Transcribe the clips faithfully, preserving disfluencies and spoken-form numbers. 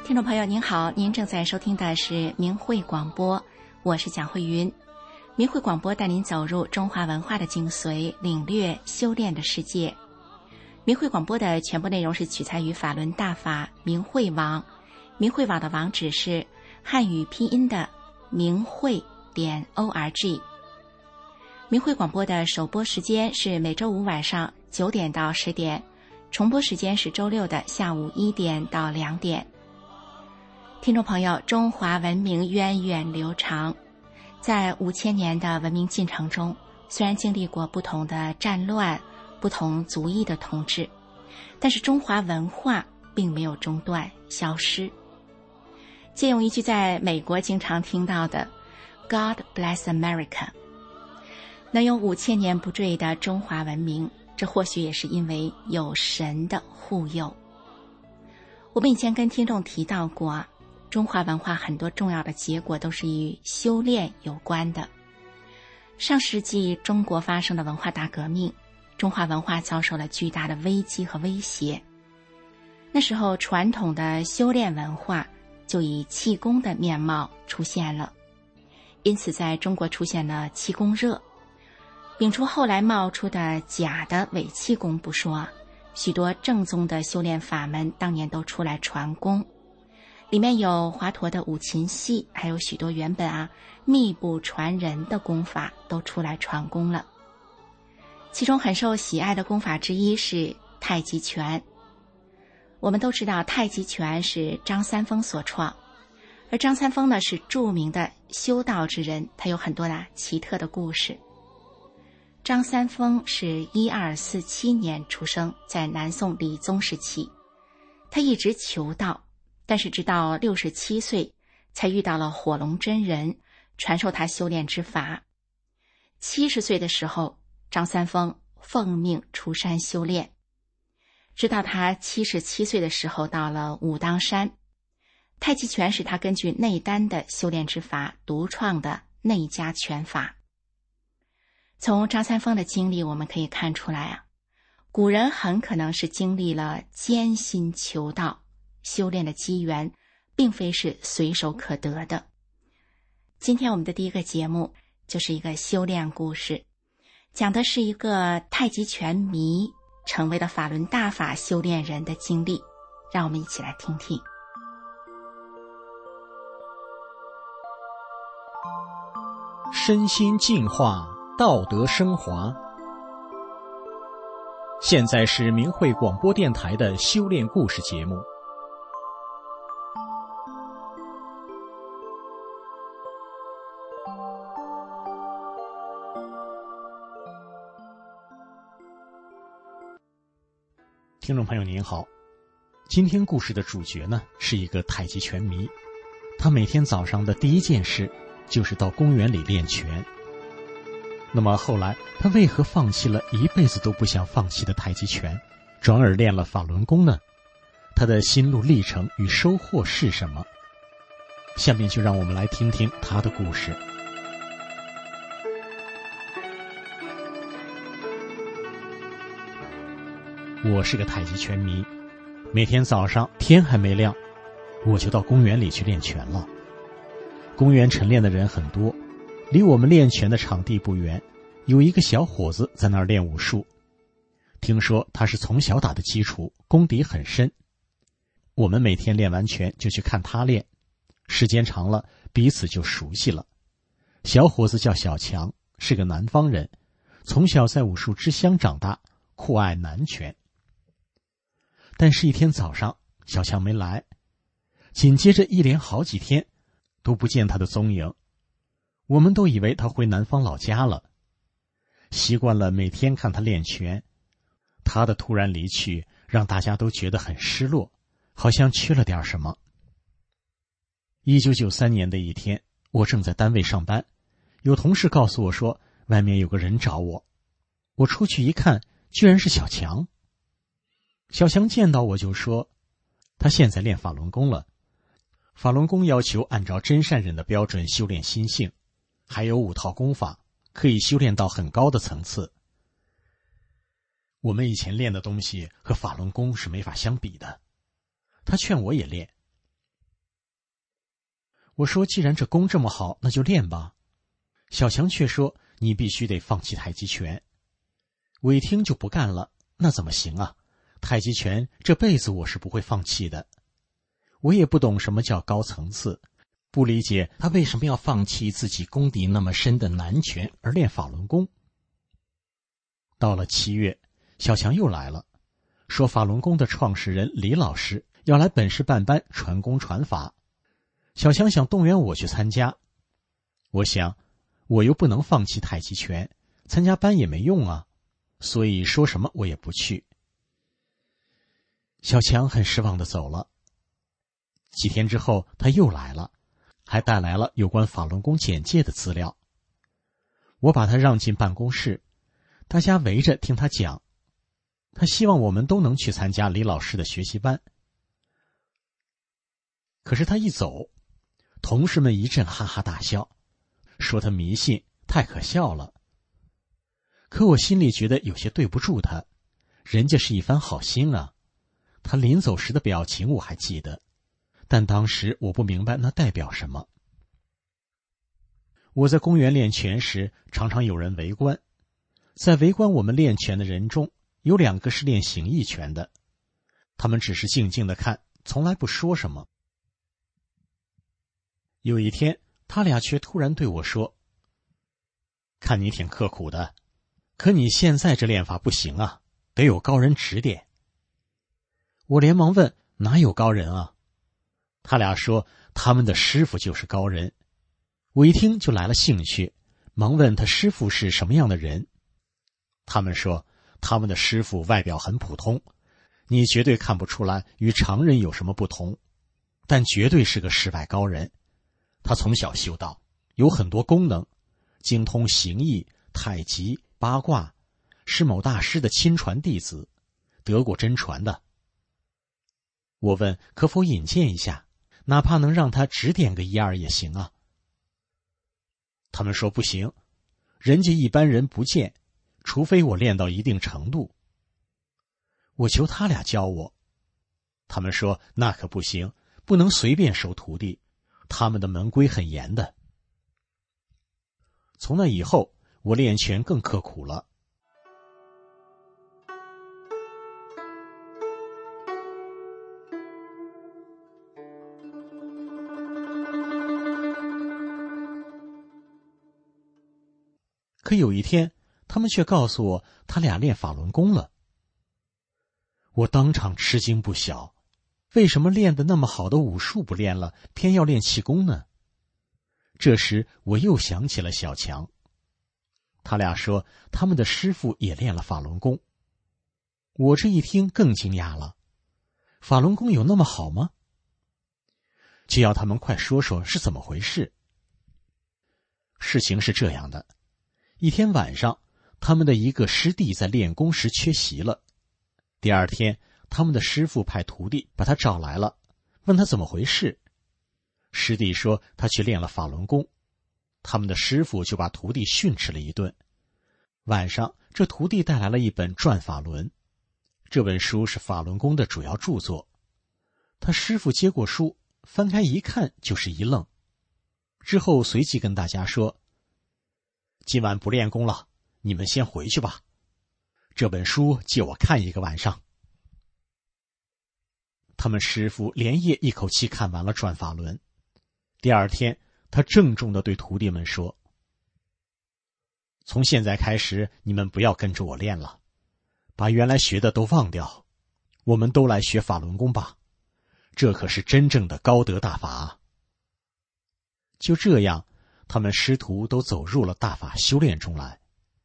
听众朋友您好，您正在收听的是明慧广播，我是蒋慧云。明慧广播带您走入中华文化的精髓，领略修炼的世界。明慧广播的全部内容是取材于法轮大法明慧网，明慧网的网址是汉语拼音的明慧点 org。 明慧广播的首播时间是每周五晚上九点到十点，重播时间是周六的下午一点到两点。听众朋友，中华文明源远流长，在五千年的文明进程中，虽然经历过不同的战乱、不同族裔的统治，但是中华文化并没有中断消失。借用一句在美国经常听到的 God bless America， 能有五千年不坠的中华文明，这或许也是因为有神的护佑。我们以前跟听众提到过，中华文化很多重要的结果都是与修炼有关的。上世纪中国发生的文化大革命，中华文化遭受了巨大的危机和威胁。那时候传统的修炼文化就以气功的面貌出现了，因此在中国出现了气功热。摒除后来冒出的假的伪气功不说，许多正宗的修炼法门当年都出来传功，里面有华佗的五禽戏，还有许多原本啊秘不传人的功法都出来传功了。其中很受喜爱的功法之一是太极拳。我们都知道太极拳是张三丰所创，而张三丰呢是著名的修道之人，他有很多的奇特的故事。张三丰是一二四七年出生，在南宋理宗时期，他一直求道，但是直到六十七岁才遇到了火龙真人，传授他修炼之法。七十岁的时候，张三丰奉命出山修炼，直到他七十七岁的时候到了武当山。太极拳是他根据内丹的修炼之法独创的内家拳法。从张三丰的经历我们可以看出来啊，古人很可能是经历了艰辛求道，修炼的机缘并非是随手可得的。今天我们的第一个节目就是一个修炼故事，讲的是一个太极拳迷成为了法轮大法修炼人的经历，让我们一起来听听。 身心净化，道德升华。现在是明慧广播电台的修炼故事节目。听众朋友您好，今天故事的主角呢是一个太极拳迷，他每天早上的第一件事就是到公园里练拳。那么后来他为何放弃了一辈子都不想放弃的太极拳，转而练了法轮功呢？他的心路历程与收获是什么？下面就让我们来听听他的故事。我是个太极拳迷，每天早上天还没亮，我就到公园里去练拳了。公园晨练的人很多，离我们练拳的场地不远，有一个小伙子在那儿练武术。听说他是从小打的基础，功底很深。我们每天练完拳就去看他练，时间长了，彼此就熟悉了。小伙子叫小强，是个南方人，从小在武术之乡长大，酷爱南拳。但是一天早上，小强没来，紧接着一连好几天都不见他的踪影。我们都以为他回南方老家了。习惯了每天看他练拳，他的突然离去让大家都觉得很失落，好像缺了点什么。一九九三年的一天，我正在单位上班，有同事告诉我说外面有个人找我。我出去一看，居然是小强。小强见到我就说，他现在练法轮功了。法轮功要求按照真善忍的标准修炼心性，还有五套功法，可以修炼到很高的层次。我们以前练的东西和法轮功是没法相比的。他劝我也练。 我说既然这功这么好，那就练吧。小强却说你必须得放弃太极拳。我一听就不干了，那怎么行啊？太极拳这辈子我是不会放弃的。我也不懂什么叫高层次，不理解他为什么要放弃自己功底那么深的南拳而练法轮功。到了七月，小强又来了，说法轮功的创始人李老师要来本市办班传功传法。小强想动员我去参加，我想我又不能放弃太极拳，参加班也没用啊，所以说什么我也不去。小强很失望地走了。几天之后他又来了，还带来了有关法轮功简介的资料。我把他让进办公室，大家围着听他讲，他希望我们都能去参加李老师的学习班。可是他一走，同事们一阵哈哈大笑，说他迷信，太可笑了。可我心里觉得有些对不住他，人家是一番好心啊。他临走时的表情我还记得，但当时我不明白那代表什么。我在公园练拳时，常常有人围观。在围观我们练拳的人中，有两个是练形意拳的，他们只是静静地看，从来不说什么。有一天，他俩却突然对我说：“看你挺刻苦的，可你现在这练法不行啊，得有高人指点。”我连忙问：“哪有高人啊？”他俩说他们的师傅就是高人。我一听就来了兴趣，忙问他师傅是什么样的人。他们说他们的师傅外表很普通，你绝对看不出来与常人有什么不同，但绝对是个世外高人。他从小修道，有很多功能，精通形意、太极、八卦，是某大师的亲传弟子，得过真传的。我问可否引荐一下，哪怕能让他指点个一二也行啊。他们说不行，人家一般人不见，除非我练到一定程度。我求他俩教我，他们说那可不行，不能随便收徒弟，他们的门规很严的。从那以后，我练拳更刻苦了。可有一天，他们却告诉我他俩练法轮功了。我当场吃惊不小，为什么练得那么好的武术不练了，偏要练气功呢？这时我又想起了小强，他俩说他们的师傅也练了法轮功。我这一听更惊讶了，法轮功有那么好吗？就要他们快说说是怎么回事。事情是这样的，一天晚上，他们的一个师弟在练功时缺席了。第二天，他们的师傅派徒弟把他找来了，问他怎么回事。师弟说他去练了法轮功，他们的师傅就把徒弟训斥了一顿。晚上，这徒弟带来了一本《转法轮》，这本书是法轮功的主要著作。他师傅接过书，翻开一看就是一愣，之后随即跟大家说：“今晚不练功了，你们先回去吧。这本书借我看一个晚上。”他们师傅连夜一口气看完了《转法轮》。第二天，他郑重地对徒弟们说：“从现在开始，你们不要跟着我练了，把原来学的都忘掉，我们都来学法轮功吧，这可是真正的高德大法。”就这样，他们师徒都走入了大法修炼中来。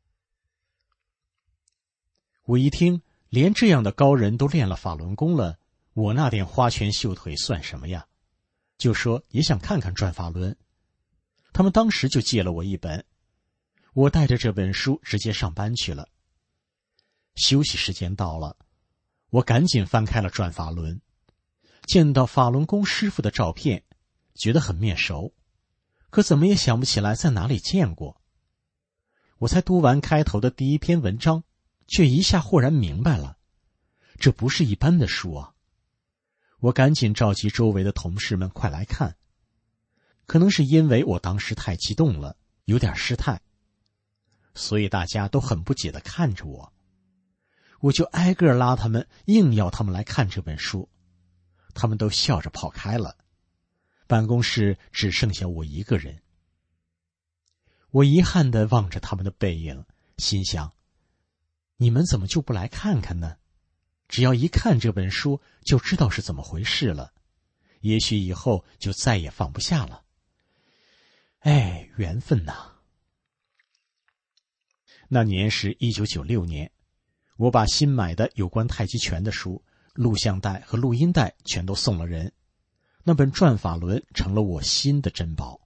我一听，连这样的高人都练了法轮功了，我那点花拳绣腿算什么呀？就说也想看看转法轮。他们当时就借了我一本，我带着这本书直接上班去了。休息时间到了，我赶紧翻开了转法轮，见到法轮功师傅的照片，觉得很面熟，可怎么也想不起来在哪里见过。我才读完开头的第一篇文章，却一下豁然明白了，这不是一般的书啊！我赶紧召集周围的同事们快来看。 可能是因为我当时太激动了，有点失态，所以大家都很不解地看着我。我就挨个拉他们，硬要他们来看这本书，他们都笑着跑开了。办公室只剩下我一个人。我遗憾地望着他们的背影，心想，你们怎么就不来看看呢？只要一看这本书就知道是怎么回事了，也许以后就再也放不下了。哎，缘分呐！那年是一九九六年，我把新买的有关太极拳的书、录像带和录音带全都送了人，那本转法轮成了我新的珍宝。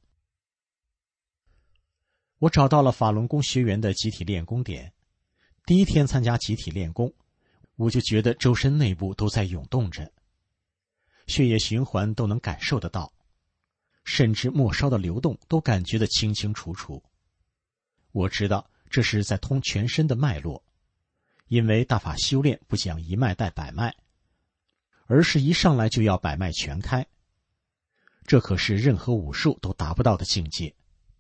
我找到了法轮功学员的集体练功点，第一天参加集体练功，我就觉得周身内部都在涌动着，血液循环都能感受得到，甚至末梢的流动都感觉得清清楚楚。我知道这是在通全身的脉络，因为大法修炼不讲一脉带百脉，而是一上来就要百脉全开，这可是任何武术都达不到的境界。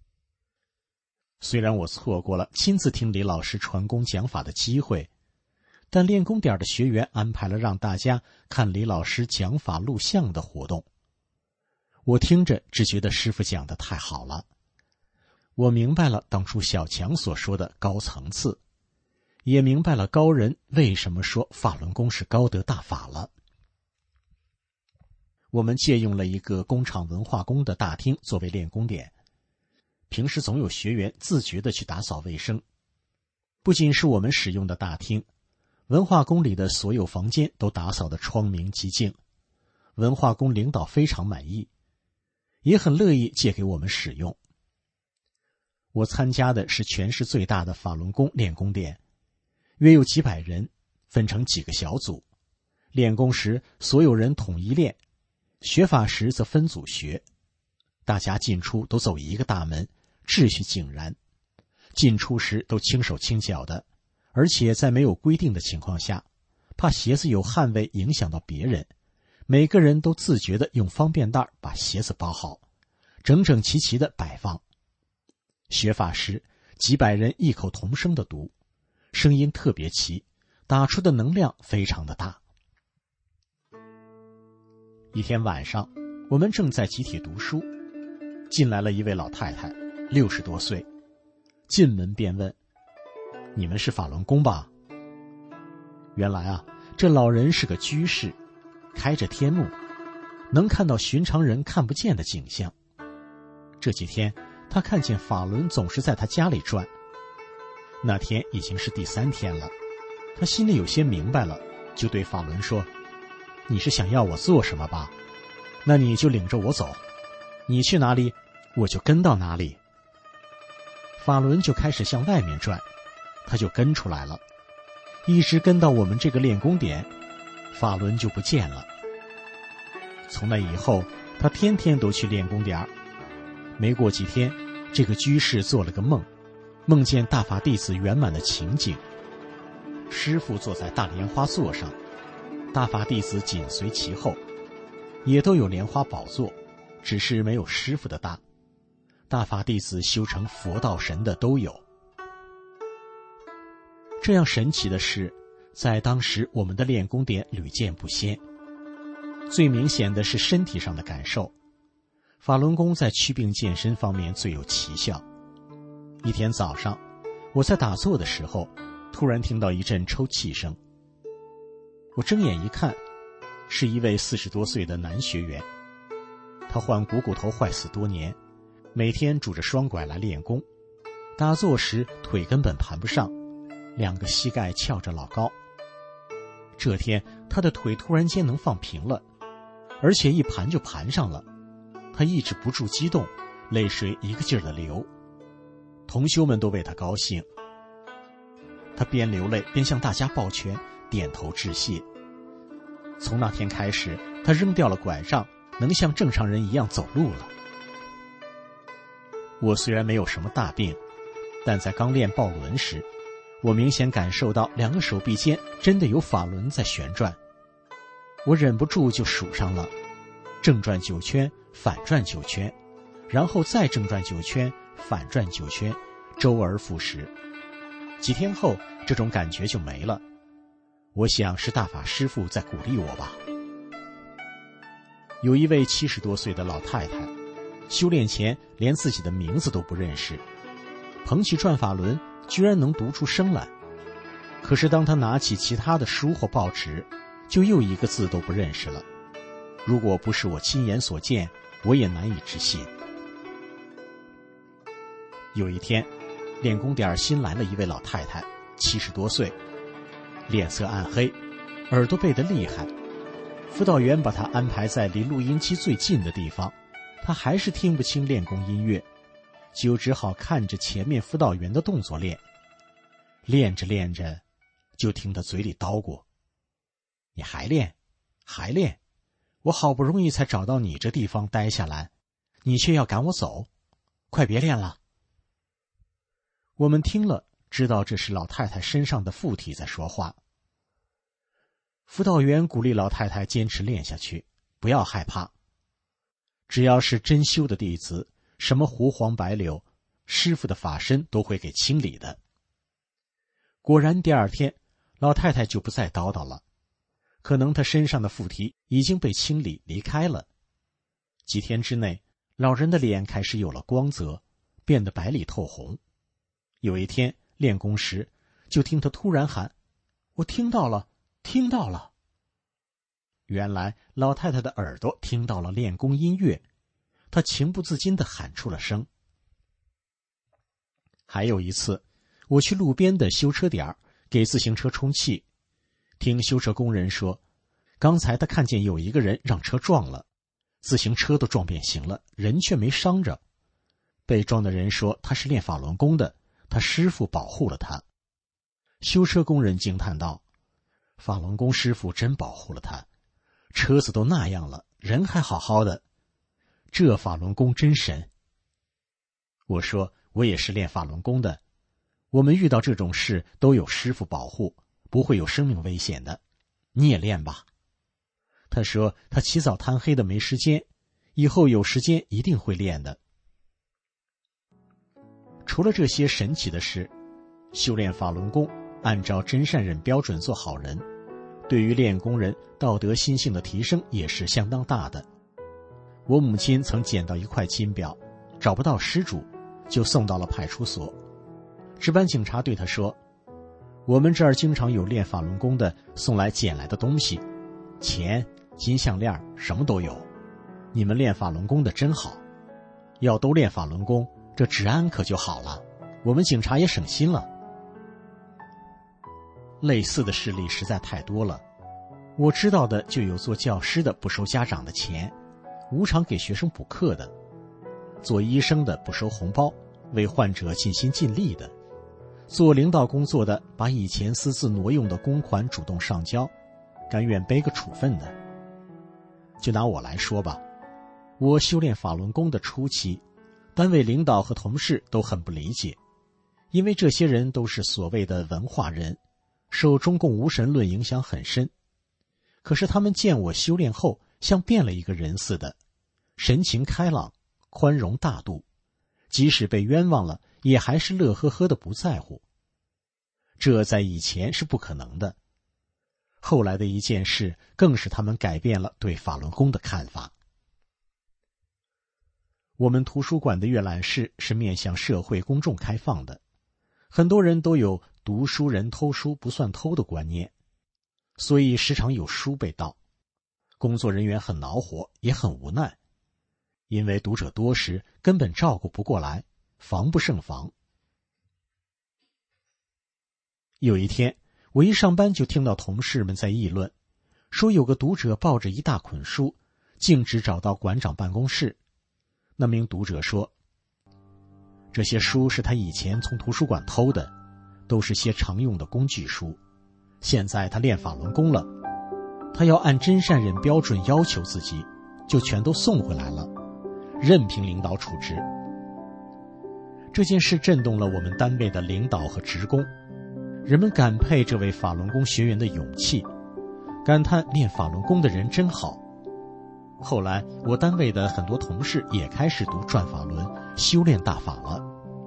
虽然我错过了亲自听李老师传功讲法的机会，但练功点的学员安排了让大家看李老师讲法录像的活动。我听着只觉得师父讲得太好了，我明白了当初小强所说的高层次，也明白了高人为什么说法轮功是高德大法了。我们借用了一个工厂文化宫的大厅作为练功点，平时总有学员自觉地去打扫卫生。不仅是我们使用的大厅，文化宫里的所有房间都打扫得窗明几净，文化宫领导非常满意，也很乐意借给我们使用。我参加的是全市最大的法轮功练功点，约有几百人，分成几个小组。练功时所有人统一练，学法时则分组学。大家进出都走一个大门，秩序井然。进出时都轻手轻脚的，而且在没有规定的情况下，怕鞋子有汗味影响到别人，每个人都自觉地用方便袋把鞋子包好，整整齐齐地摆放。学法时，几百人异口同声地读，声音特别齐，打出的能量非常的大。一天晚上，我们正在集体读书，进来了一位老太太，六十多岁，进门便问：“你们是法轮功吧？”原来啊，这老人是个居士，开着天目，能看到寻常人看不见的景象。这几天他看见法轮总是在他家里转，那天已经是第三天了，他心里有些明白了，就对法轮说：“你是想要我做什么吧？那你就领着我走，你去哪里，我就跟到哪里。”法轮就开始向外面转，他就跟出来了，一直跟到我们这个练功点，法轮就不见了。从那以后，他天天都去练功点。没过几天，这个居士做了个梦，梦见大法弟子圆满的情景。师父坐在大莲花座上，大法弟子紧随其后，也都有莲花宝座，只是没有师父的大。大法弟子修成佛道神的都有。这样神奇的事，在当时我们的练功点屡见不鲜。最明显的是身体上的感受，法轮功在祛病健身方面最有奇效。一天早上，我在打坐的时候，突然听到一阵抽泣声。我睁眼一看，是一位四十多岁的男学员，他患股骨头坏死多年，每天拄着双拐来练功，打坐时腿根本盘不上，两个膝盖翘着老高。这天他的腿突然间能放平了，而且一盘就盘上了，他抑制不住激动，泪水一个劲儿的流。同修们都为他高兴，他边流泪边向大家抱拳，点头致谢。从那天开始，他扔掉了拐杖，能像正常人一样走路了。我虽然没有什么大病，但在刚练抱轮时，我明显感受到两个手臂间真的有法轮在旋转。我忍不住就数上了，正转九圈，反转九圈， 然后再正转九圈，反转九圈，周而复始。几天后，这种感觉就没了。我想是大法师父在鼓励我吧。有一位七十多岁的老太太，修炼前连自己的名字都不认识，捧起转法轮居然能读出声来。可是当她拿起其他的书或报纸，就又一个字都不认识了。如果不是我亲眼所见，我也难以置信。有一天，练功点新来了一位老太太，七十多岁，脸色暗黑，耳朵背得厉害。辅导员把她安排在离录音机最近的地方，她还是听不清练功音乐，就只好看着前面辅导员的动作练。练着练着，就听他嘴里叨咕：“你还练，还练，我好不容易才找到你这地方待下来，你却要赶我走，快别练了。”我们听了，知道这是老太太身上的附体在说话。辅导员鼓励老太太坚持练下去，不要害怕。只要是真修的弟子，什么胡黄白柳，师父的法身都会给清理的。果然第二天，老太太就不再叨叨了，可能她身上的附体已经被清理离开了。几天之内，老人的脸开始有了光泽，变得白里透红。有一天练功时，就听他突然喊：“我听到了，听到了。”原来老太太的耳朵听到了练功音乐，她情不自禁地喊出了声。还有一次，我去路边的修车点给自行车充气，听修车工人说，刚才他看见有一个人让车撞了，自行车都撞变形了，人却没伤着。被撞的人说他是练法轮功的，他师父保护了他。修车工人惊叹道：“法轮功师父真保护了他，车子都那样了，人还好好的，这法轮功真神。”我说：“我也是练法轮功的，我们遇到这种事都有师父保护，不会有生命危险的，你也练吧。”他说他起早贪黑的没时间，以后有时间一定会练的。除了这些神奇的事，修炼法轮功按照真善忍标准做好人，对于练功人道德心性的提升也是相当大的。我母亲曾捡到一块金表，找不到失主，就送到了派出所。值班警察对他说：“我们这儿经常有练法轮功的送来捡来的东西，钱、金项链什么都有，你们练法轮功的真好，要都练法轮功，这治安可就好了，我们警察也省心了。”类似的事例实在太多了，我知道的就有做教师的不收家长的钱，无偿给学生补课的，做医生的不收红包，为患者尽心尽力的，做领导工作的把以前私自挪用的公款主动上交，甘愿背个处分的。就拿我来说吧，我修炼法轮功的初期，单位领导和同事都很不理解，因为这些人都是所谓的文化人，受中共无神论影响很深。可是他们见我修炼后像变了一个人似的，神情开朗，宽容大度，即使被冤枉了也还是乐呵呵的不在乎。这在以前是不可能的。后来的一件事更使他们改变了对法轮功的看法。我们图书馆的阅览室是面向社会公众开放的，很多人都有读书人偷书不算偷的观念，所以时常有书被盗。工作人员很恼火，也很无奈，因为读者多时根本照顾不过来，防不胜防。有一天，我一上班就听到同事们在议论，说有个读者抱着一大捆书，径直找到馆长办公室。那名读者说，这些书是他以前从图书馆偷的，都是些常用的工具书，现在他练法轮功了，他要按真善忍标准要求自己，就全都送回来了，任凭领导处置。这件事震动了我们单位的领导和职工，人们感佩这位法轮功学员的勇气，感叹练法轮功的人真好。 后来我单位的很多同事也开始读转法轮，修炼大法了。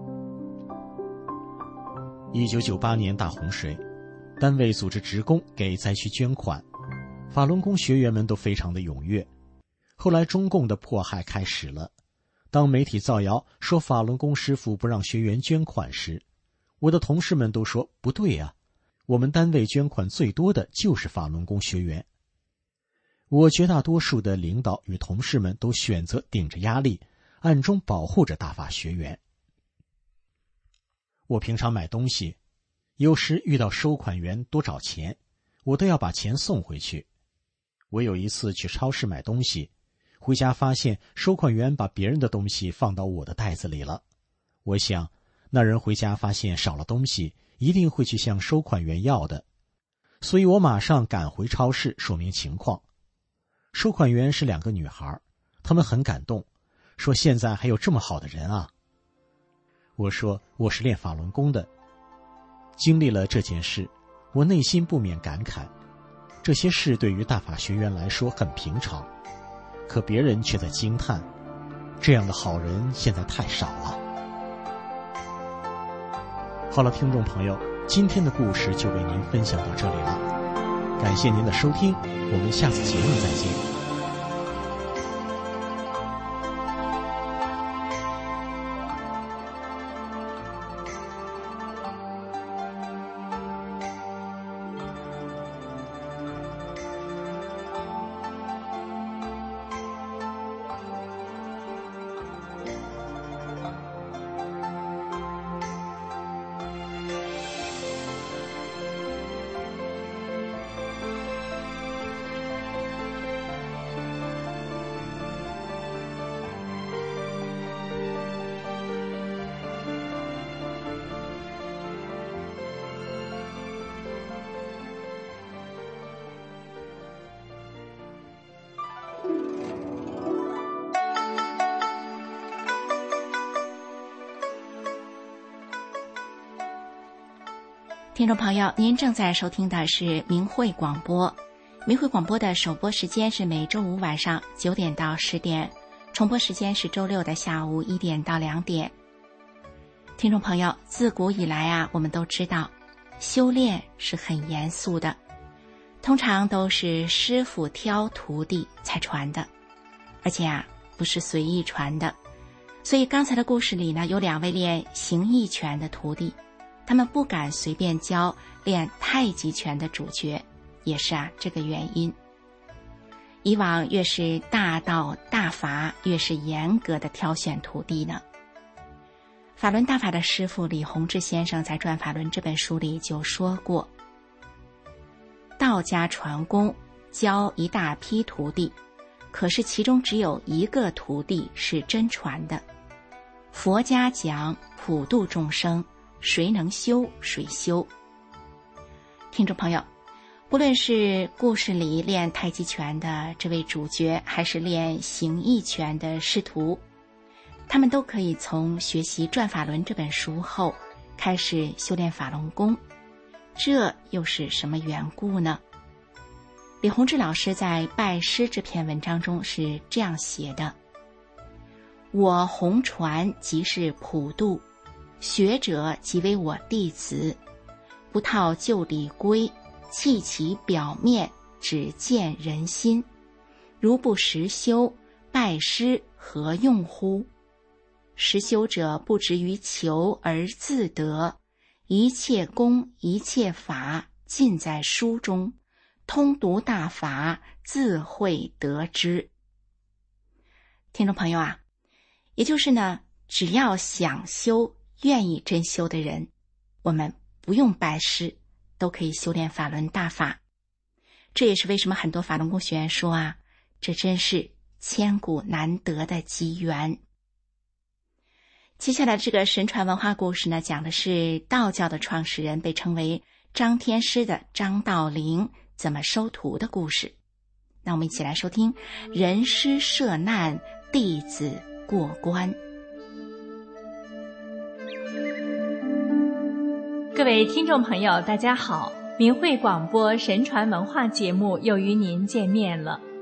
一九九八年大洪水，单位组织职工给灾区捐款，法轮功学员们都非常的踊跃。后来中共的迫害开始了，当媒体造谣说法轮功师父不让学员捐款时，我的同事们都说不对啊，我们单位捐款最多的就是法轮功学员。我绝大多数的领导与同事们都选择顶着压力，暗中保护着大法学员。我平常买东西，有时遇到收款员多找钱，我都要把钱送回去。我有一次去超市买东西，回家发现收款员把别人的东西放到我的袋子里了。我想，那人回家发现少了东西，一定会去向收款员要的，所以我马上赶回超市说明情况。收款员是两个女孩，她们很感动，说现在还有这么好的人啊。我说我是练法轮功的。经历了这件事，我内心不免感慨，这些事对于大法学员来说很平常，可别人却在惊叹，这样的好人现在太少了。好了，听众朋友，今天的故事就为您分享到这里了，感谢您的收听，我们下次节目再见。 听众朋友，您正在收听的是明慧广播。明慧广播的首播时间是每周五晚上九点到十点，重播时间是周六的下午一点到两点。听众朋友，自古以来啊，我们都知道，修炼是很严肃的，通常都是师傅挑徒弟才传的，而且啊，不是随意传的。所以刚才的故事里呢，有两位练形意拳的徒弟，他们不敢随便教练太极拳的主角，也是啊这个原因。以往越是大道大法，越是严格的挑选徒弟呢。法轮大法的师父李洪志先生在《转法轮》这本书里就说过，道家传功教一大批徒弟，可是其中只有一个徒弟是真传的。佛家讲普度众生，谁能修谁修。听众朋友，不论是故事里练太极拳的这位主角，还是练形意拳的师徒，他们都可以从学习《转法轮》这本书后开始修炼法轮功。这又是什么缘故呢？李洪志老师在《拜师》这篇文章中是这样写的：我弘传即是普度，学者即为我弟子，不套旧理规，弃其表面，只见人心。如不实修，拜师何用乎？实修者不执于求而自得，一切功一切法尽在书中，通读大法，自会得知。听众朋友啊，也就是呢，只要想修、愿意真修的人，我们不用拜师，都可以修炼法轮大法。这也是为什么很多法轮功学员说啊，这真是千古难得的机缘。接下来这个神传文化故事呢，讲的是道教的创始人被称为张天师的张道陵怎么收徒的故事。那我们一起来收听人师涉难，弟子过关。 各位听众朋友大家好，明慧广播神传文化节目又与您见面了，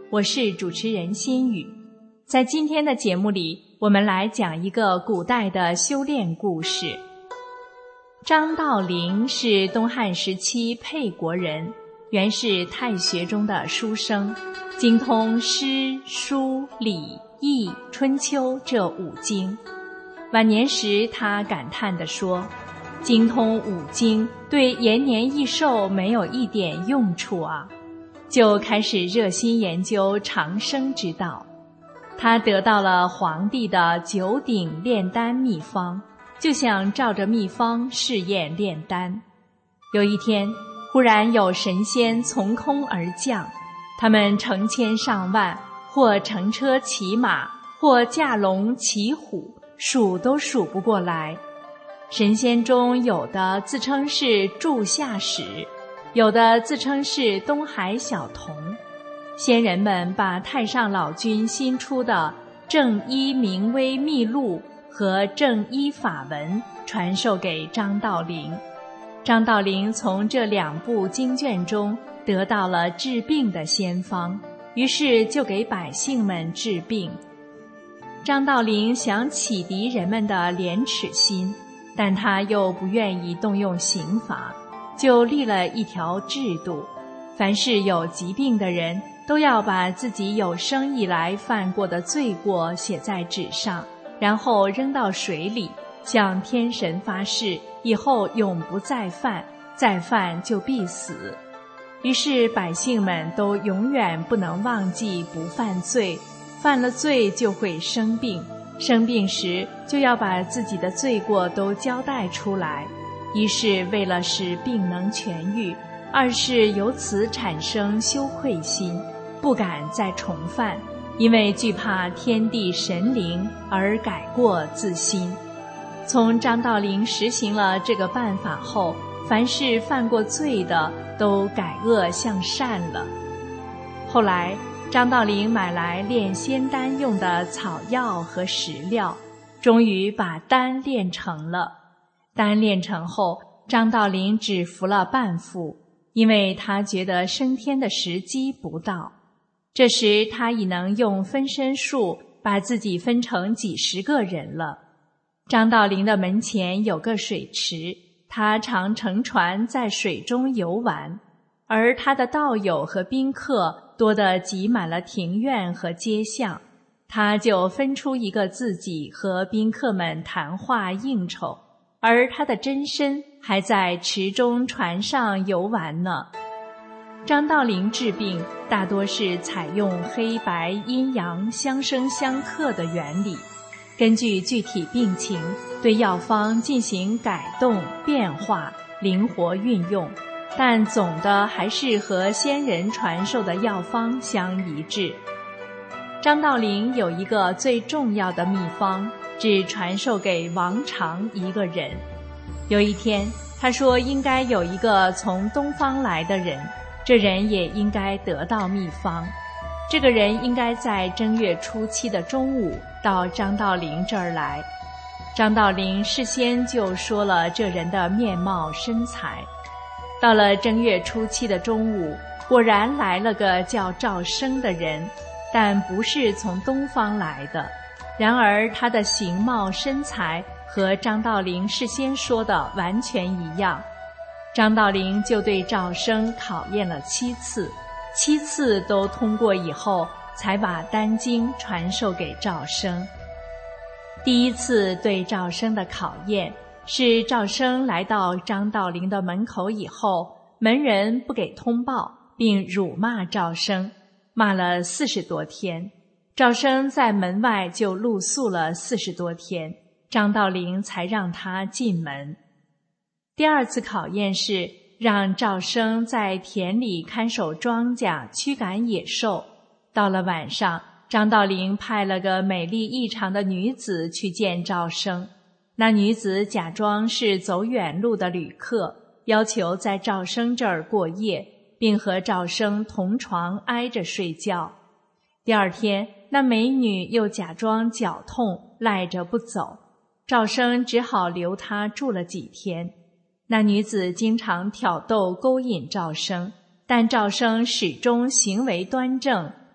我是主持人心雨。在今天的节目里，我们来讲一个古代的修炼故事。张道陵是东汉时期沛国人，原是太学中的书生，精通诗、书、礼、易、春秋这五经。晚年时他感叹地说，精通五经对延年益寿没有一点用处啊，就开始热心研究长生之道。他得到了皇帝的九鼎炼丹秘方，就想照着秘方试验炼丹。有一天，忽然有神仙从空而降，他们成千上万，或乘车骑马，或驾龙骑虎，数都数不过来。神仙中有的自称是柱下使，有的自称是东海小童。仙人们把太上老君新出的正一明威秘录和正一法文传授给张道陵。张道陵从这两部经卷中得到了治病的仙方，于是就给百姓们治病。张道陵想启迪人们的廉耻心，但他又不愿意动用刑罚，就立了一条制度，凡是有疾病的人都要把自己有生以来犯过的罪过写在纸上，然后扔到水里，向天神发誓，以后永不再犯，再犯就必死。于是百姓们都永远不能忘记不犯罪，犯了罪就会生病，生病时就要把自己的罪过都交代出来。一是为了使病能痊愈，二是由此产生羞愧心，不敢再重犯，因为惧怕天地神灵而改过自新。从张道陵实行了这个办法后，凡是犯过罪的都改恶向善了。后来张道陵买来炼仙丹用的草药和石料，终于把丹炼成了。丹炼成后，张道陵只服了半副，因为他觉得升天的时机不到。这时他已能用分身术把自己分成几十个人了。张道陵的门前有个水池，他常乘船在水中游玩，而他的道友和宾客多得挤满了庭院和街巷，他就分出一个自己和宾客们谈话应酬，而他的真身还在池中船上游玩呢。张道陵治病大多是采用黑白阴阳相生相克的原理，根据具体病情对药方进行改动变化，灵活运用，但总的还是和先人传授的药方相一致。张道陵有一个最重要的秘方，只传授给王常一个人。有一天，他说应该有一个从东方来的人，这人也应该得到秘方。这个人应该在正月初七的中午到张道陵这儿来。张道陵事先就说了这人的面貌身材。到了正月初七的中午，果然来了个叫赵生的人，但不是从东方来的。然而他的形貌身材和张道陵事先说的完全一样。张道陵就对赵生考验了七次，七次都通过以后，才把丹经传授给赵生。第一次对赵生的考验是赵生来到张道陵的门口以后，门人不给通报，并辱骂赵生，骂了四十多天。赵生在门外就露宿了四十多天，张道陵才让他进门。第二次考验是让赵生在田里看守庄稼，驱赶野兽。到了晚上，张道陵派了个美丽异常的女子去见赵生。那女子假装是走远路的旅客，要求在赵生这儿过夜，并和赵生同床挨着睡觉。第二天，那美女又假装脚痛，赖着不走，赵生只好留她住了几天。那女子经常挑逗勾引赵生，但赵生始终行为端正，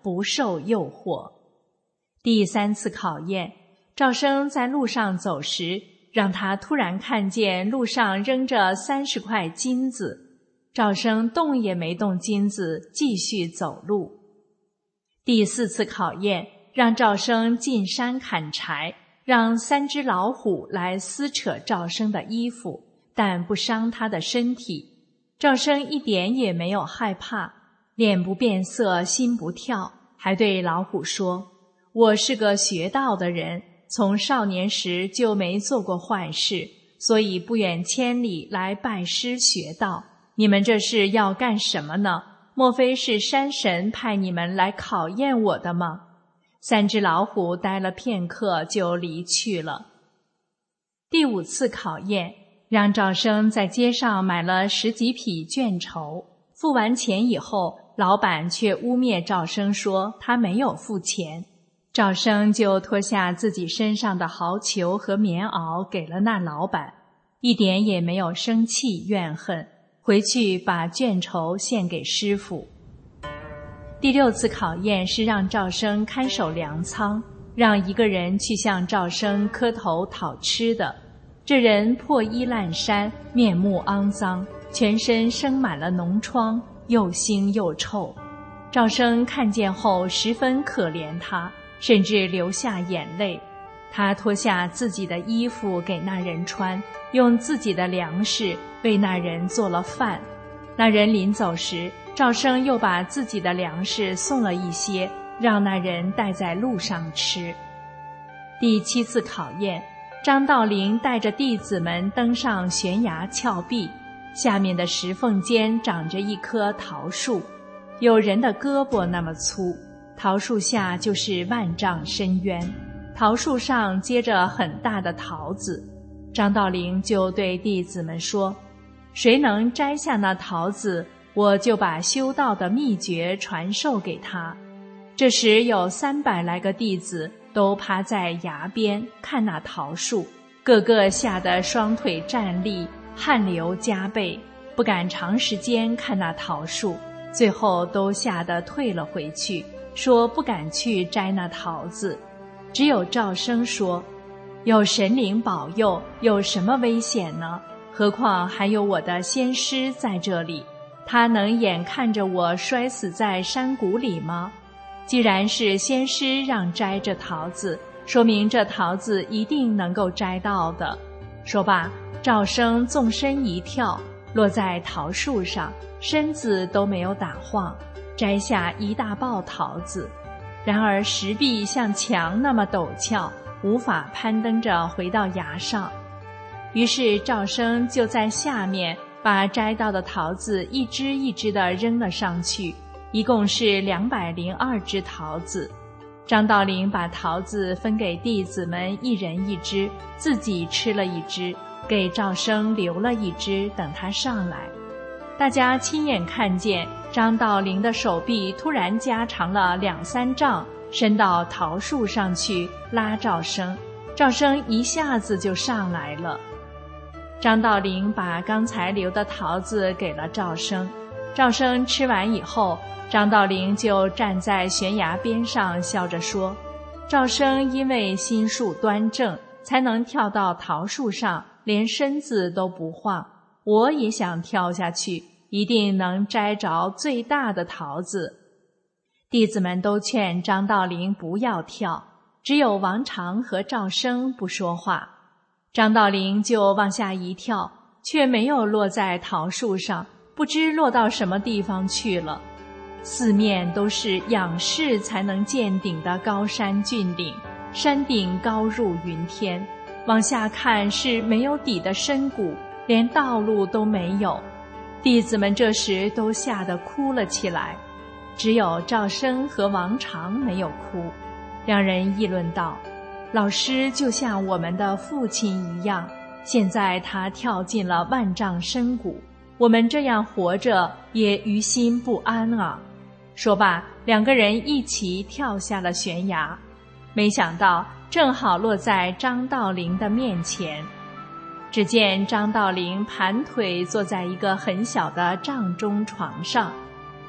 不受诱惑。第三次考验，赵生在路上走时，让他突然看见路上扔着三十块金子。赵生动也没动金子，继续走路。第四次考验，让赵生进山砍柴，让三只老虎来撕扯赵生的衣服，但不伤他的身体。赵生一点也没有害怕，脸不变色，心不跳，还对老虎说：我是个学道的人，从少年时就没做过坏事，所以不远千里来拜师学道。你们这是要干什么呢？莫非是山神派你们来考验我的吗？三只老虎待了片刻就离去了。第五次考验，让赵生在街上买了十几匹绢绸，付完钱以后，老板却污蔑赵生说他没有付钱。赵生就脱下自己身上的毫裘和棉袄给了那老板，一点也没有生气怨恨，回去把绢绸献给师傅。第六次考验是让赵生看守粮仓，让一个人去向赵生磕头讨吃的。这人破衣烂衫，面目肮脏，全身生满了脓疮，又腥又臭。赵生看见后十分可怜他，甚至流下眼泪。他脱下自己的衣服给那人穿，用自己的粮食为那人做了饭。那人临走时，赵生又把自己的粮食送了一些，让那人带在路上吃。第七次考验，张道陵带着弟子们登上悬崖峭壁，下面的石缝间长着一棵桃树，有人的胳膊那么粗，桃树下就是万丈深渊，桃树上结着很大的桃子。张道陵就对弟子们说：谁能摘下那桃子，我就把修道的秘诀传授给他。这时有三百来个弟子都趴在崖边看那桃树，个个吓得双腿站立，汗流浃背，不敢长时间看那桃树，最后都吓得退了回去，说不敢去摘那桃子。只有赵生说：有神灵保佑，有什么危险呢？何况还有我的先师在这里，他能眼看着我摔死在山谷里吗？既然是先师让摘这桃子，说明这桃子一定能够摘到的。说罢，赵生纵身一跳，落在桃树上，身子都没有打晃，摘下一大抱桃子。然而石壁像墙那么陡峭，无法攀登着回到崖上。于是赵生就在下面把摘到的桃子一只一只地扔了上去，一共是两百零二只桃子。张道陵把桃子分给弟子们一人一只，自己吃了一只，给赵生留了一只，等他上来。大家亲眼看见张道陵的手臂突然加长了两三丈，伸到桃树上去拉赵生，赵生一下子就上来了。张道陵把刚才留的桃子给了赵生，赵生吃完以后，张道陵就站在悬崖边上笑着说：赵生因为心术端正，才能跳到桃树上，连身子都不晃。我也想跳下去，一定能摘着最大的桃子。弟子们都劝张道陵不要跳，只有王常和赵生不说话。张道陵就往下一跳，却没有落在桃树上，不知落到什么地方去了。四面都是仰视才能见顶的高山峻岭，山顶高入云天，往下看是没有底的深谷，连道路都没有。弟子们这时都吓得哭了起来，只有赵生和王常没有哭。两人议论道：老师就像我们的父亲一样，现在他跳进了万丈深谷，我们这样活着也于心不安啊。说罢，两个人一起跳下了悬崖，没想到正好落在张道陵的面前。只见张道陵盘腿坐在一个很小的帐中床上，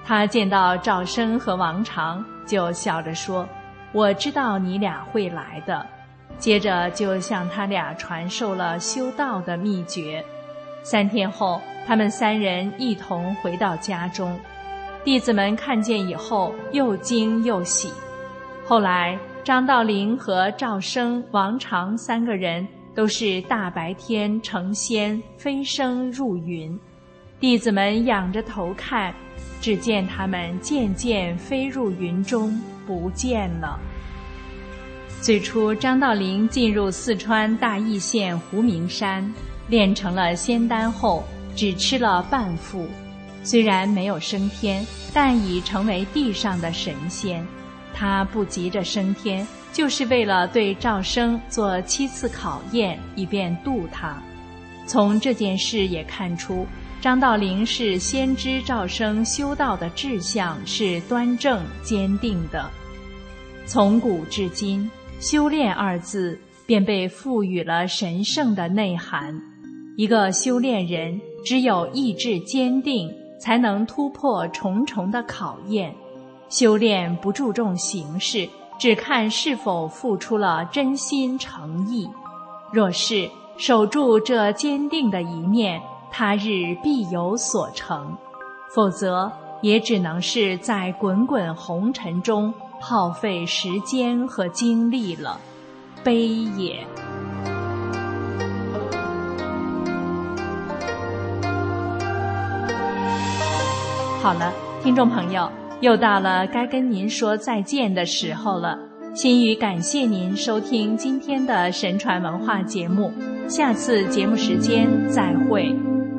他见到赵生和王常，就笑着说：“我知道你俩会来的。”接着就向他俩传授了修道的秘诀。三天后，他们三人一同回到家中。弟子们看见以后，又惊又喜。后来，张道陵和赵生、王常三个人都是大白天成仙，飞升入云。弟子们仰着头看，只见他们渐渐飞入云中，不见了。最初，张道陵进入四川大邑县胡明山，炼成了仙丹后，只吃了半副。虽然没有升天，但已成为地上的神仙。他不急着升天，就是为了对赵生做七次考验，以便度他。从这件事也看出，张道陵是先知赵生修道的志向是端正坚定的。从古至今，修炼二字便被赋予了神圣的内涵。一个修炼人只有意志坚定，才能突破重重的考验。修炼不注重形式，只看是否付出了真心诚意。若是守住这坚定的一面，他日必有所成；否则也只能是在滚滚红尘中耗费时间和精力了，悲也。好了，听众朋友，又到了该跟您说再见的时候了。心语感谢您收听今天的神传文化节目，下次节目时间再会。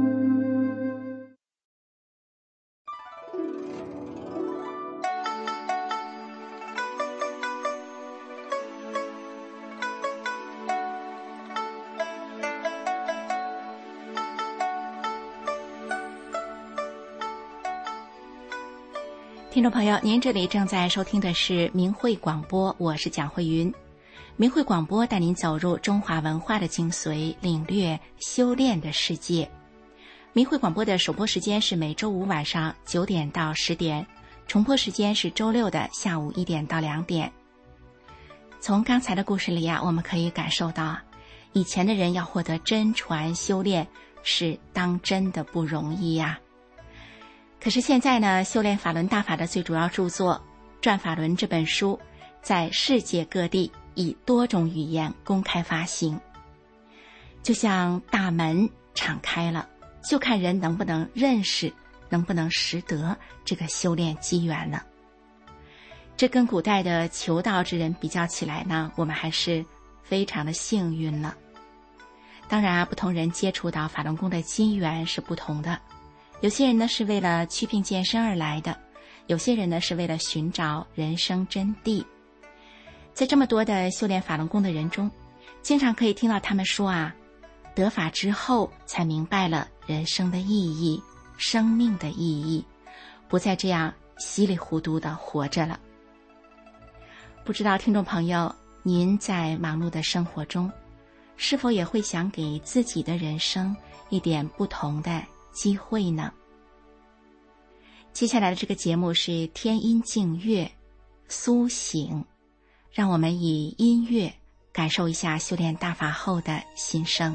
听众朋友，您这里正在收听的是明慧广播，我是蒋慧云。明慧广播带您走入中华文化的精髓，领略修炼的世界。明慧广播的首播时间是每周五晚上九点到十点，重播时间是周六的下午一点到两点。从刚才的故事里啊，我们可以感受到，以前的人要获得真传修炼是当真的不容易呀、啊。可是现在呢，修炼法轮大法的最主要著作《转法轮》这本书，在世界各地以多种语言公开发行。就像大门敞开了，就看人能不能认识，能不能识得这个修炼机缘了。这跟古代的求道之人比较起来呢，我们还是非常的幸运了。当然啊，不同人接触到法轮功的机缘是不同的。有些人呢是为了祛病健身而来的，有些人呢是为了寻找人生真谛。在这么多的修炼法轮功的人中，经常可以听到他们说啊，得法之后才明白了人生的意义，生命的意义，不再这样稀里糊涂地活着了。不知道听众朋友，您在忙碌的生活中，是否也会想给自己的人生一点不同的机会呢？接下来的这个节目是天音净乐苏醒，让我们以音乐感受一下修炼大法后的心声。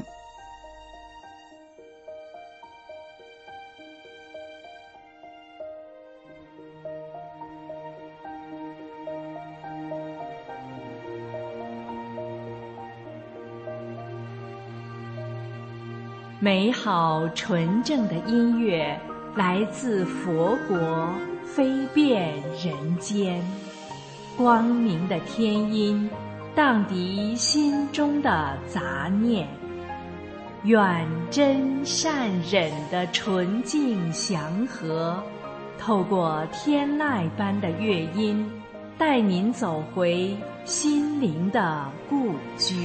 美好纯正的音乐来自佛国，飞遍人间。光明的天音荡涤心中的杂念，愿真善忍的纯净祥和，透过天籁般的乐音，带您走回心灵的故居。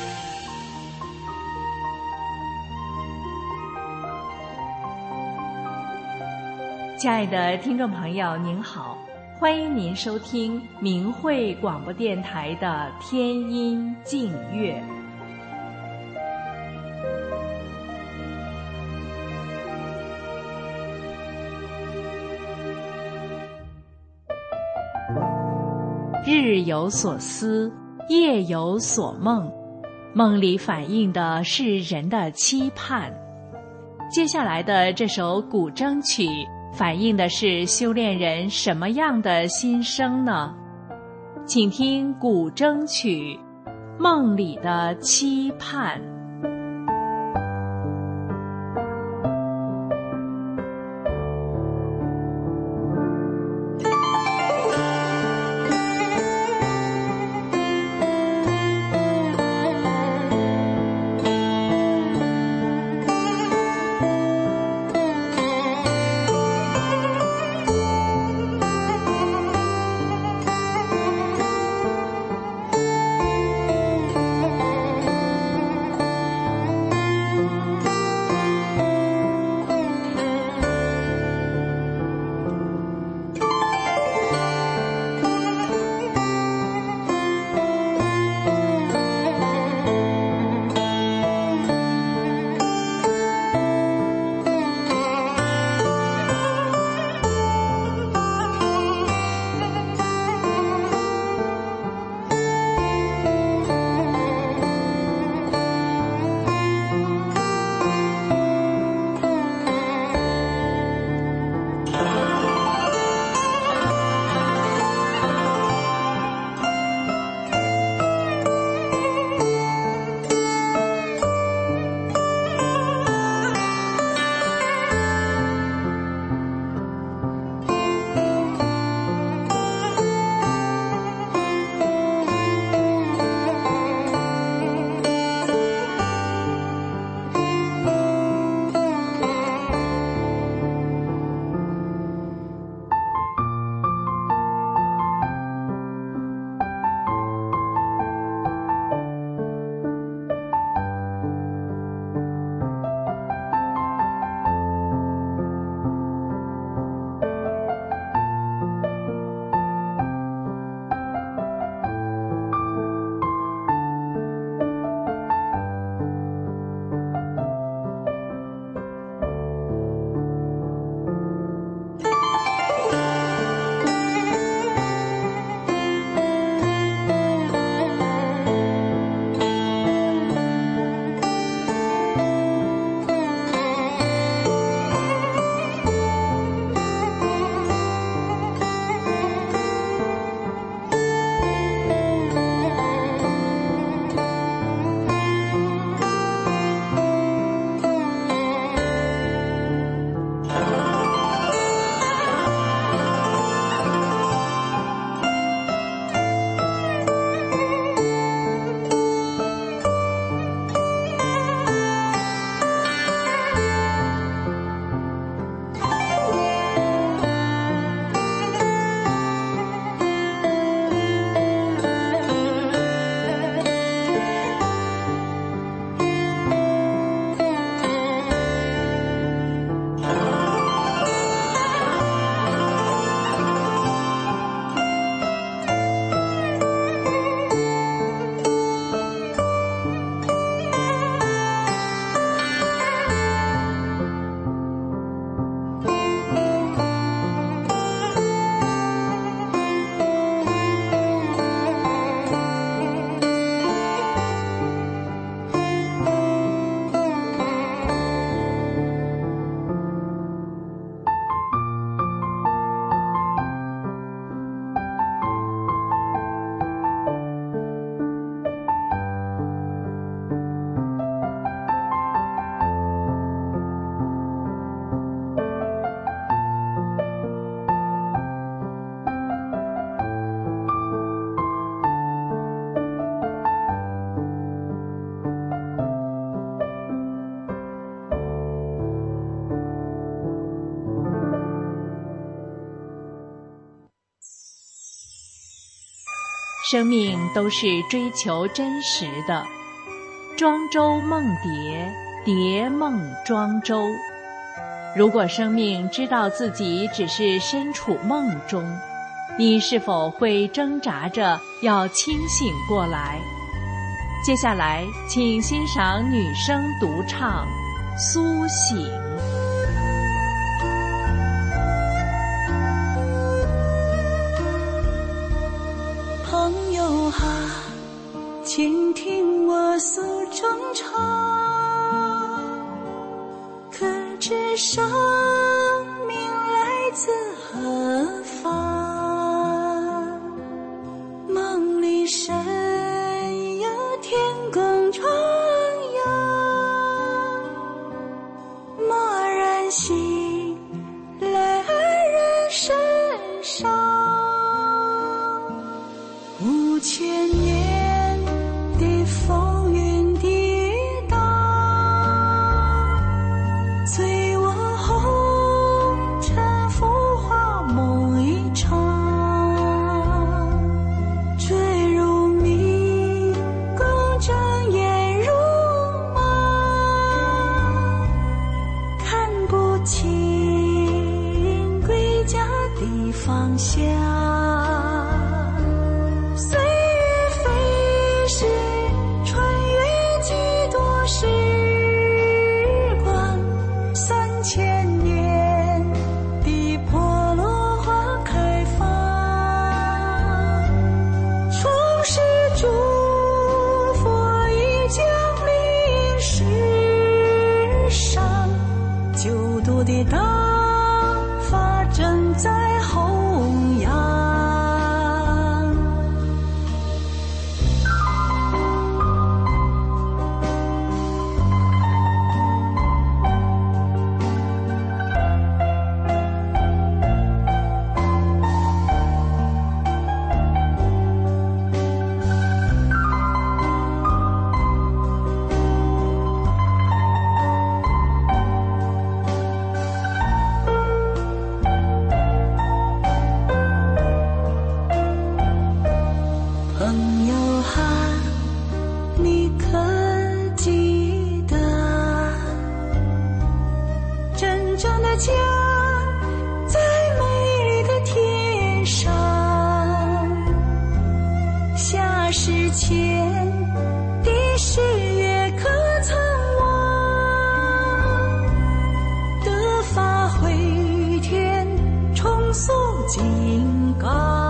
亲爱的听众朋友您好，欢迎您收听明慧广播电台的天音净乐。 日有所思，夜有所梦，梦里反映的是人的期盼。接下来的这首古筝曲反映的是修炼人什么样的心声呢？请听古筝曲《梦里的期盼》。生命都是追求真实的，庄周梦蝶，蝶梦庄周。如果生命知道自己只是身处梦中，你是否会挣扎着要清醒过来？接下来，请欣赏女声独唱《苏醒》。 倾听我诉衷肠，可知生命来自何方？梦里神有天公传扬，蓦然醒来爱人身上，五千年的风云跌宕，醉我红尘浮华梦一场，坠入迷宫睁眼如梦，看不清归家的方向。岁月飞逝，穿越几多时光，三千年的破落花开放，创世诸佛已降临世上，九度的大法正在弘扬。朋友啊，你可记得，真正的家在美丽的天上，夏时前的十月可曾忘？得法回天，重塑金刚。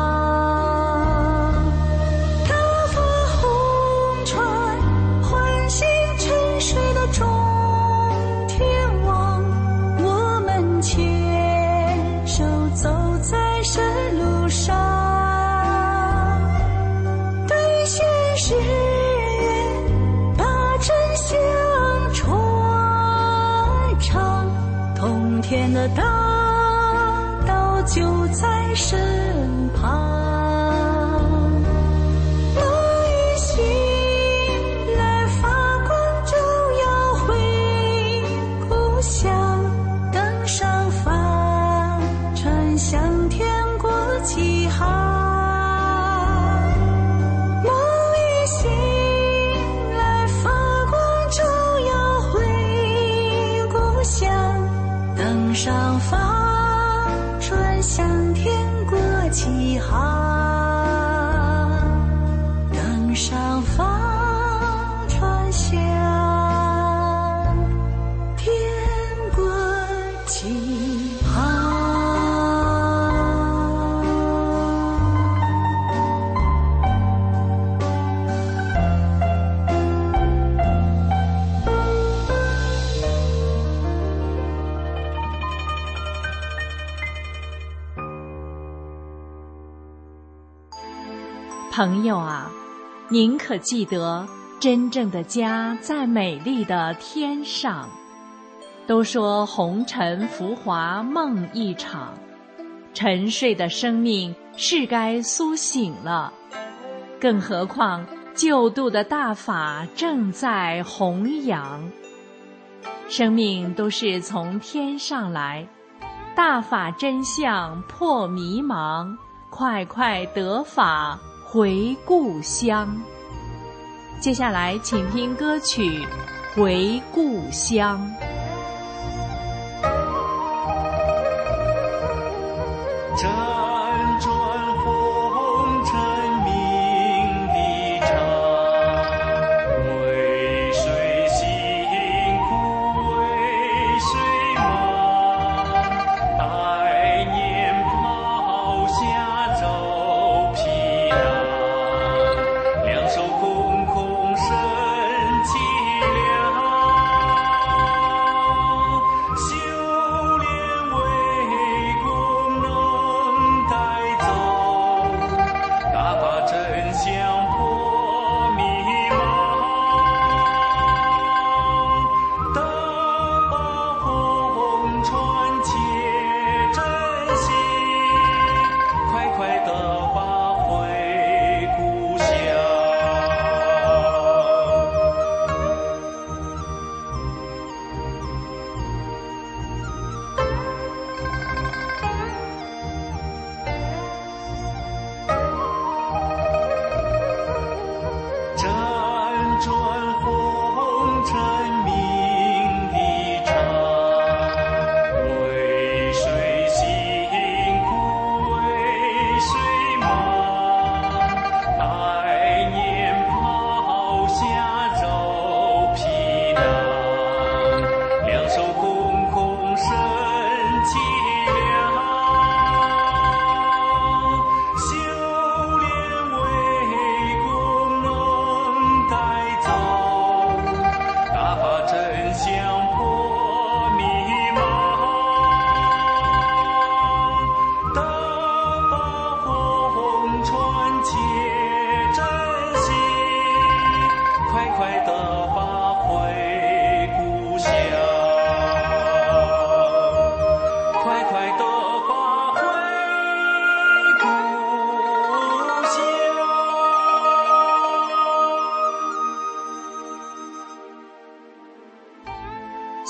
中天王，我们牵手走在山路上，对现实愿把真相传唱，通天的大道就在身旁。起航，梦里醒来，发光照耀回故乡，登上发船向天国起航，登上发船向天国起航。 朋友啊，您可记得真正的家在美丽的天上？都说红尘浮华梦一场，沉睡的生命是该苏醒了。更何况救度的大法正在弘扬。生命都是从天上来，大法真相破迷茫，快快得法回故乡。接下来请听歌曲《回故乡》。 辗转红尘命里长，为谁辛苦为谁忙？百年抛下走皮囊，两手空空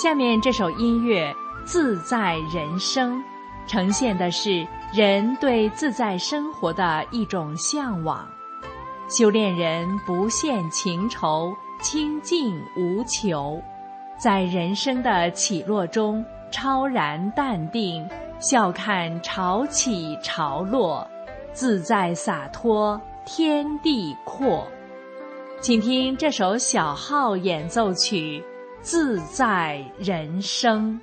下面这首音乐《自在人生》，呈现的是人对自在生活的一种向往。修炼人不羡情愁，清净无求，在人生的起落中超然淡定，笑看潮起潮落，自在洒脱，天地阔。请听这首小号演奏曲《自在人生》。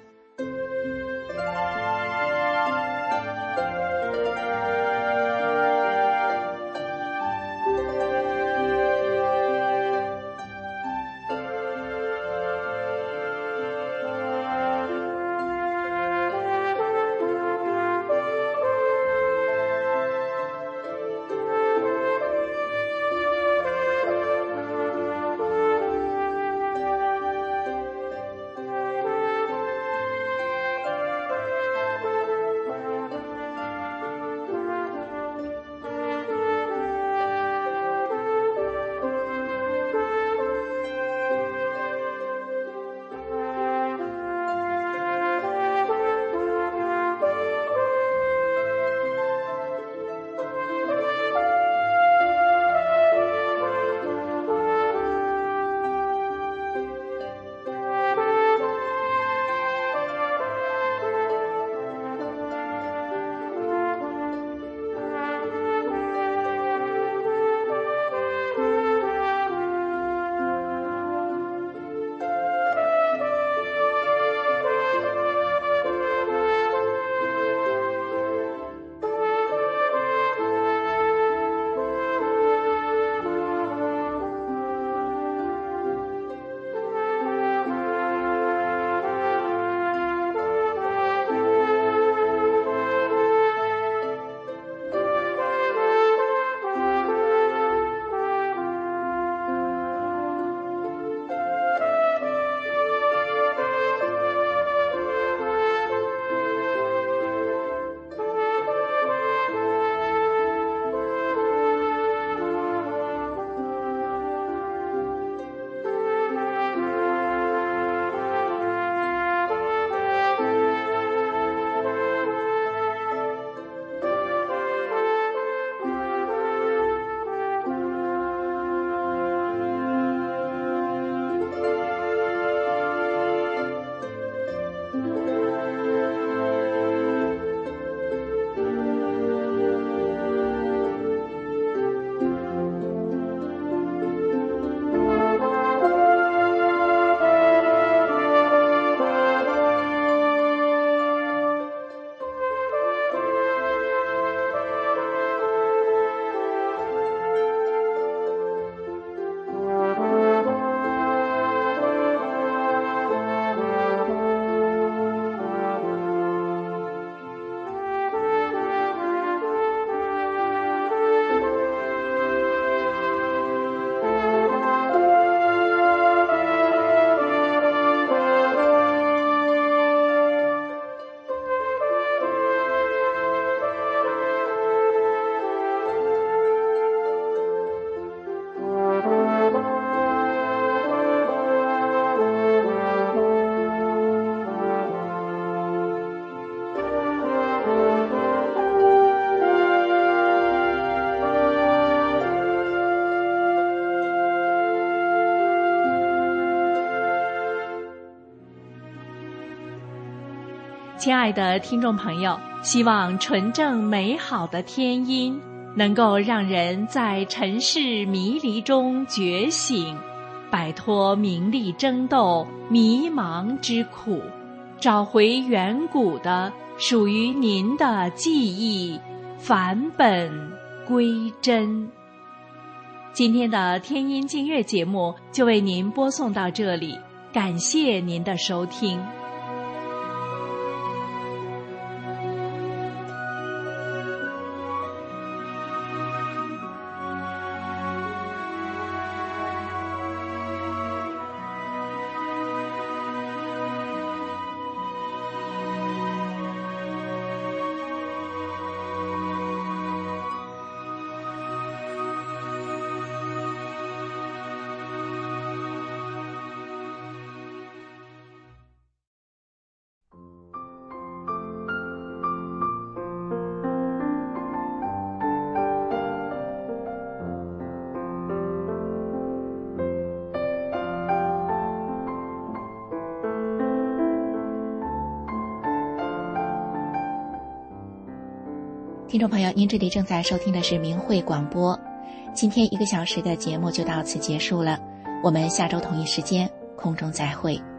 亲爱的听众朋友，希望纯正美好的天音能够让人在尘世迷离中觉醒，摆脱名利争斗、迷茫之苦，找回远古的属于您的记忆，返本归真。今天的天音静乐节目就为您播送到这里，感谢您的收听。 听众朋友，您这里正在收听的是明慧广播。今天一个小时的节目就到此结束了，我们下周同一时间空中再会。